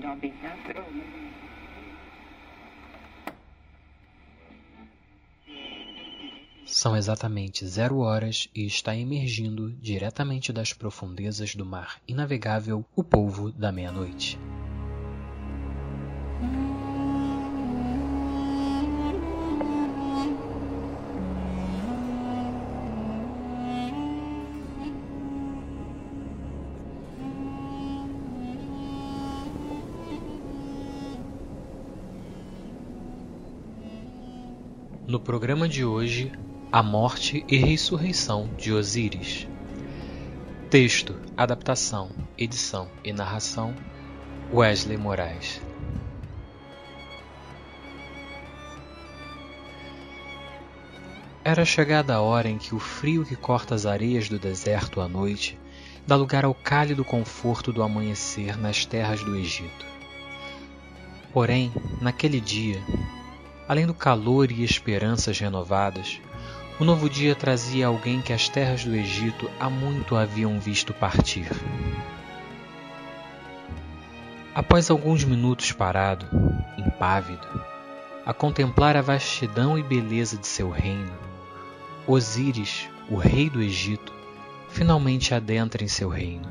São exatamente 0 horas e está emergindo diretamente das profundezas do mar inavegável o polvo da meia-noite. No programa de hoje, a morte e ressurreição de Osíris. Texto, adaptação, edição e narração, Wesley Moraes. Era chegada a hora em que o frio que corta as areias do deserto à noite dá lugar ao cálido conforto do amanhecer nas terras do Egito. Porém, naquele dia, além do calor e esperanças renovadas, o novo dia trazia alguém que as terras do Egito há muito haviam visto partir. Após alguns minutos parado, impávido, a contemplar a vastidão e beleza de seu reino, Osíris, o rei do Egito, finalmente adentra em seu reino.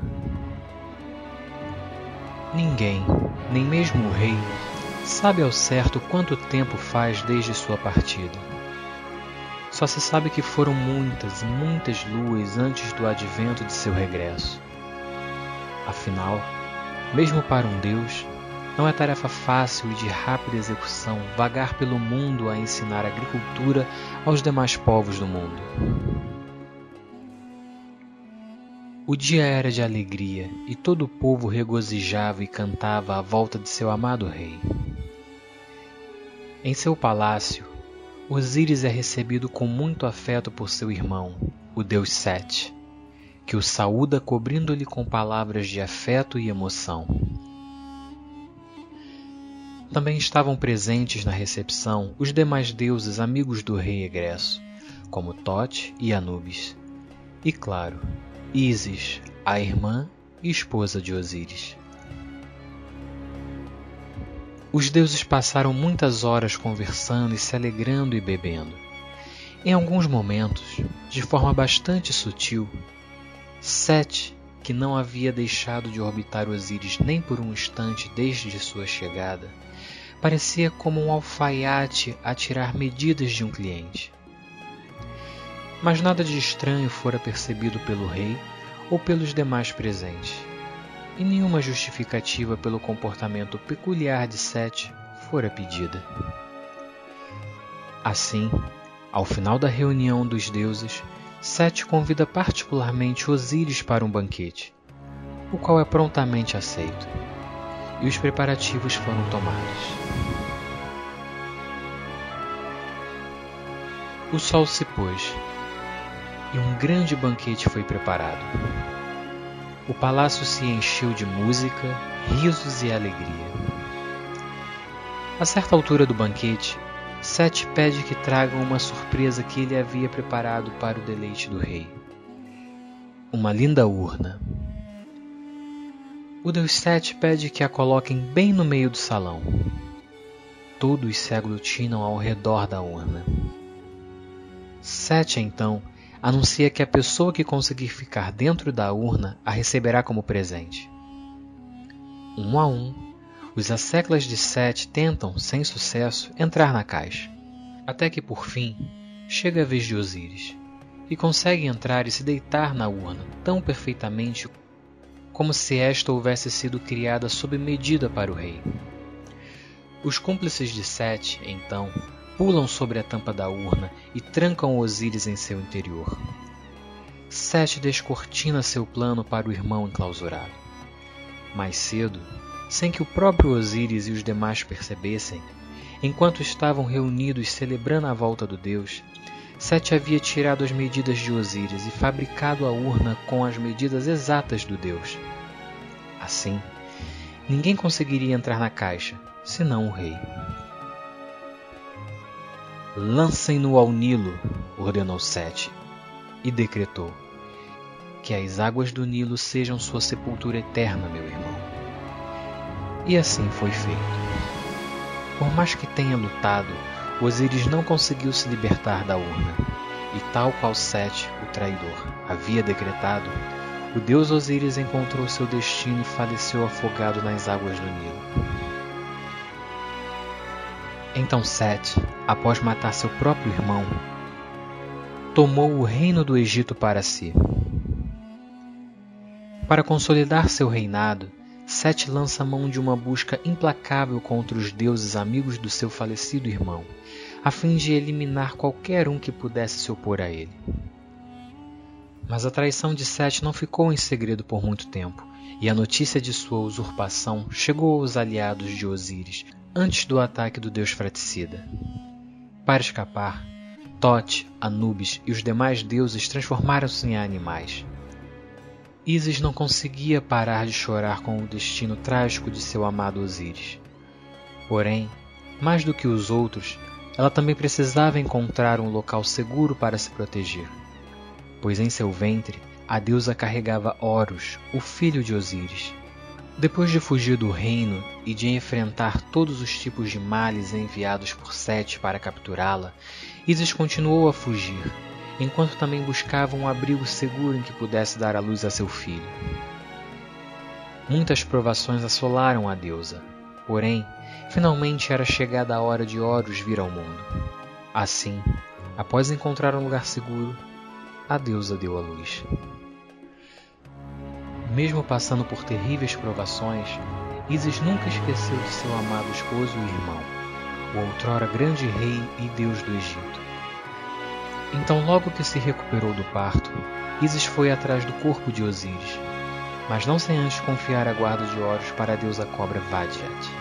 Ninguém, nem mesmo o rei, sabe ao certo quanto tempo faz desde sua partida. Só se sabe que foram muitas e muitas luas antes do advento de seu regresso. Afinal, mesmo para um deus, não é tarefa fácil e de rápida execução vagar pelo mundo a ensinar agricultura aos demais povos do mundo. O dia era de alegria e todo o povo regozijava e cantava à volta de seu amado rei. Em seu palácio, Osíris é recebido com muito afeto por seu irmão, o deus Sete, que o saúda cobrindo-lhe com palavras de afeto e emoção. Também estavam presentes na recepção os demais deuses amigos do rei egresso, como Tote e Anubis, e, claro, Ísis, a irmã e esposa de Osíris. Os deuses passaram muitas horas conversando e se alegrando e bebendo. Em alguns momentos, de forma bastante sutil, Sete, que não havia deixado de orbitar Osíris nem por um instante desde sua chegada, parecia como um alfaiate a tirar medidas de um cliente. Mas nada de estranho fora percebido pelo rei ou pelos demais presentes, e nenhuma justificativa pelo comportamento peculiar de Sete fora pedida. Assim, ao final da reunião dos deuses, Sete convida particularmente Osíris para um banquete, o qual é prontamente aceito, e os preparativos foram tomados. O sol se pôs, e um grande banquete foi preparado. O palácio se encheu de música, risos e alegria. A certa altura do banquete, Sete pede que tragam uma surpresa que ele havia preparado para o deleite do rei. Uma linda urna. O deus Sete pede que a coloquem bem no meio do salão. Todos se aglutinam ao redor da urna. Sete, então, anuncia que a pessoa que conseguir ficar dentro da urna a receberá como presente. Um a um, os asseclas de Sete tentam, sem sucesso, entrar na caixa, até que, por fim, chega a vez de Osíris, e consegue entrar e se deitar na urna tão perfeitamente como se esta houvesse sido criada sob medida para o rei. Os cúmplices de Sete, então, pulam sobre a tampa da urna e trancam Osíris em seu interior. Sete descortina seu plano para o irmão enclausurado. Mais cedo, sem que o próprio Osíris e os demais percebessem, enquanto estavam reunidos celebrando a volta do deus, Sete havia tirado as medidas de Osíris e fabricado a urna com as medidas exatas do deus. Assim, ninguém conseguiria entrar na caixa, senão o rei. Lancem-no ao Nilo, ordenou Sete, e decretou: que as águas do Nilo sejam sua sepultura eterna, meu irmão. E assim foi feito. Por mais que tenha lutado, Osíris não conseguiu se libertar da urna, e tal qual Sete, o traidor, havia decretado, o deus Osíris encontrou seu destino e faleceu afogado nas águas do Nilo. Então Sete, após matar seu próprio irmão, tomou o reino do Egito para si. Para consolidar seu reinado, Sete lança mão de uma busca implacável contra os deuses amigos do seu falecido irmão, a fim de eliminar qualquer um que pudesse se opor a ele. Mas a traição de Sete não ficou em segredo por muito tempo, e a notícia de sua usurpação chegou aos aliados de Osíris antes do ataque do deus fratricida. Para escapar, Tote, Anubis e os demais deuses transformaram-se em animais. Ísis não conseguia parar de chorar com o destino trágico de seu amado Osíris. Porém, mais do que os outros, ela também precisava encontrar um local seguro para se proteger, pois em seu ventre a deusa carregava Horus, o filho de Osíris. Depois de fugir do reino e de enfrentar todos os tipos de males enviados por Sete para capturá-la, Ísis continuou a fugir, enquanto também buscava um abrigo seguro em que pudesse dar à luz a seu filho. Muitas provações assolaram a deusa, porém, finalmente era chegada a hora de Horus vir ao mundo. Assim, após encontrar um lugar seguro, a deusa deu à luz. Mesmo passando por terríveis provações, Ísis nunca esqueceu de seu amado esposo e irmão, o outrora grande rei e deus do Egito. Então, logo que se recuperou do parto, Ísis foi atrás do corpo de Osíris, mas não sem antes confiar a guarda de Horus para a deusa cobra Vadiat.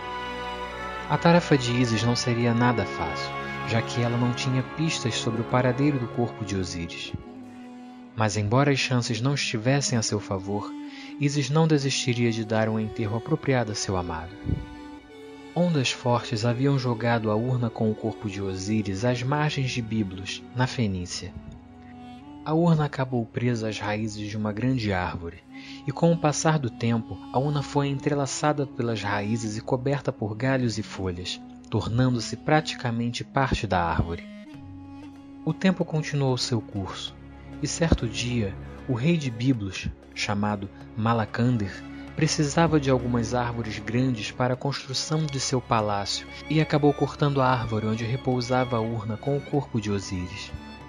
A tarefa de Ísis não seria nada fácil, já que ela não tinha pistas sobre o paradeiro do corpo de Osíris. Mas embora as chances não estivessem a seu favor, Ísis não desistiria de dar um enterro apropriado a seu amado. Ondas fortes haviam jogado a urna com o corpo de Osíris às margens de Biblos, na Fenícia. A urna acabou presa às raízes de uma grande árvore, e com o passar do tempo, a urna foi entrelaçada pelas raízes e coberta por galhos e folhas, tornando-se praticamente parte da árvore. O tempo continuou seu curso, e certo dia, o rei de Biblos, chamado Malacander, precisava de algumas árvores grandes para a construção de seu palácio e acabou cortando a árvore onde repousava a urna com o corpo de Osíris.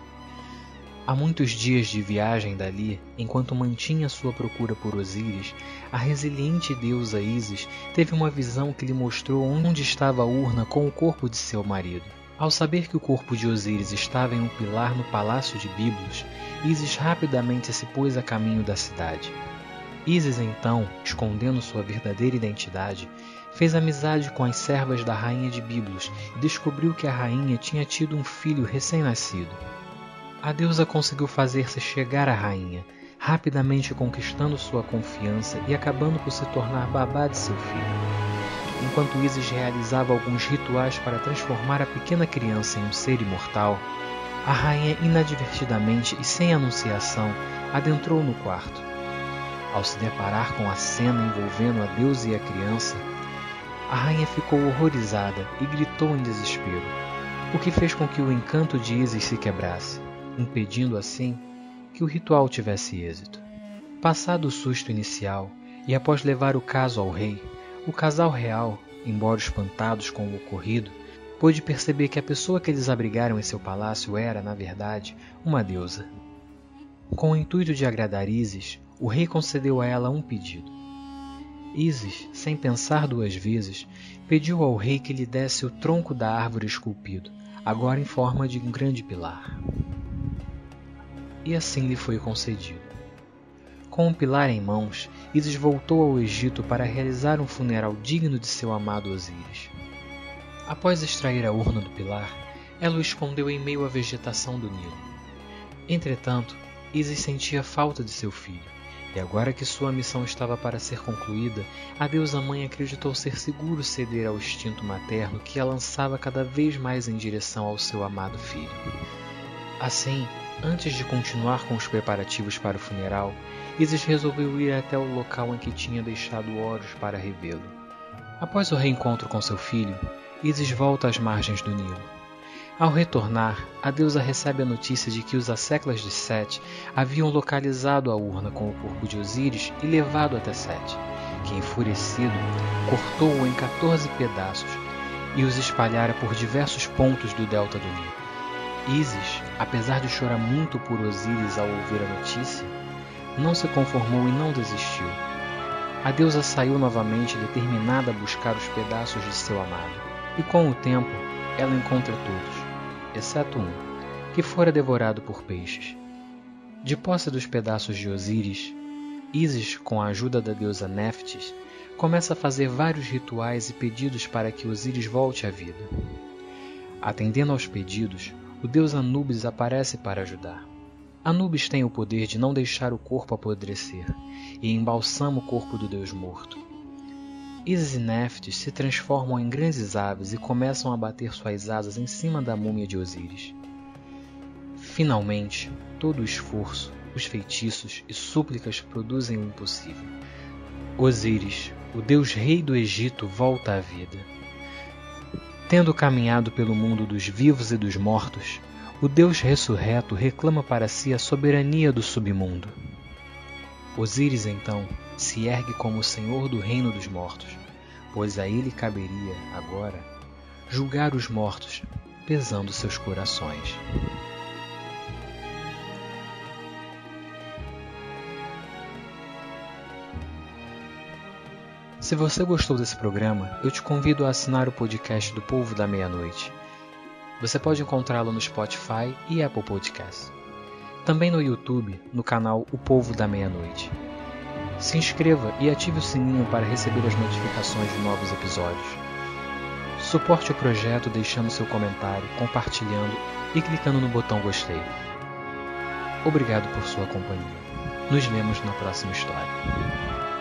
Há muitos dias de viagem dali, enquanto mantinha sua procura por Osíris, a resiliente deusa Ísis teve uma visão que lhe mostrou onde estava a urna com o corpo de seu marido. Ao saber que o corpo de Osíris estava em um pilar no palácio de Biblos, Ísis rapidamente se pôs a caminho da cidade. Ísis então, escondendo sua verdadeira identidade, fez amizade com as servas da rainha de Biblos e descobriu que a rainha tinha tido um filho recém-nascido. A deusa conseguiu fazer-se chegar à rainha, rapidamente conquistando sua confiança e acabando por se tornar babá de seu filho. Enquanto Ísis realizava alguns rituais para transformar a pequena criança em um ser imortal, a rainha inadvertidamente e sem anunciação adentrou no quarto. Ao se deparar com a cena envolvendo a deusa e a criança, a rainha ficou horrorizada e gritou em desespero, o que fez com que o encanto de Ísis se quebrasse, impedindo assim que o ritual tivesse êxito. Passado o susto inicial e após levar o caso ao rei, o casal real, embora espantados com o ocorrido, pôde perceber que a pessoa que eles abrigaram em seu palácio era, na verdade, uma deusa. Com o intuito de agradar Ísis, o rei concedeu a ela um pedido. Ísis, sem pensar duas vezes, pediu ao rei que lhe desse o tronco da árvore esculpido, agora em forma de um grande pilar. E assim lhe foi concedido. Com o pilar em mãos, Ísis voltou ao Egito para realizar um funeral digno de seu amado Osíris. Após extrair a urna do pilar, ela o escondeu em meio à vegetação do Nilo. Entretanto, Ísis sentia falta de seu filho, e agora que sua missão estava para ser concluída, a deusa-mãe acreditou ser seguro ceder ao instinto materno que a lançava cada vez mais em direção ao seu amado filho. Assim, antes de continuar com os preparativos para o funeral, Ísis resolveu ir até o local em que tinha deixado Horus para revê-lo. Após o reencontro com seu filho, Ísis volta às margens do Nilo. Ao retornar, a deusa recebe a notícia de que os asseclas de Sete haviam localizado a urna com o corpo de Osíris e levado até Sete, que, enfurecido, cortou-o em 14 pedaços e os espalhara por diversos pontos do delta do Nilo. Ísis, apesar de chorar muito por Osíris ao ouvir a notícia, não se conformou e não desistiu. A deusa saiu novamente determinada a buscar os pedaços de seu amado, e com o tempo ela encontra todos, exceto um, que fora devorado por peixes. De posse dos pedaços de Osíris, Ísis, com a ajuda da deusa Néftis, começa a fazer vários rituais e pedidos para que Osíris volte à vida. Atendendo aos pedidos, o deus Anubis aparece para ajudar. Anubis tem o poder de não deixar o corpo apodrecer e embalsama o corpo do deus morto. Ísis e Néftis se transformam em grandes aves e começam a bater suas asas em cima da múmia de Osíris. Finalmente, todo o esforço, os feitiços e súplicas produzem o impossível. Osíris, o deus rei do Egito, volta à vida. Tendo caminhado pelo mundo dos vivos e dos mortos, o deus ressurreto reclama para si a soberania do submundo. Osíris, então, se ergue como o senhor do reino dos mortos, pois a ele caberia, agora, julgar os mortos, pesando seus corações. Se você gostou desse programa, eu te convido a assinar o podcast do Povo da Meia-Noite. Você pode encontrá-lo no Spotify e Apple Podcasts. Também no YouTube, no canal O Povo da Meia-Noite. Se inscreva e ative o sininho para receber as notificações de novos episódios. Suporte o projeto deixando seu comentário, compartilhando e clicando no botão Gostei. Obrigado por sua companhia. Nos vemos na próxima história.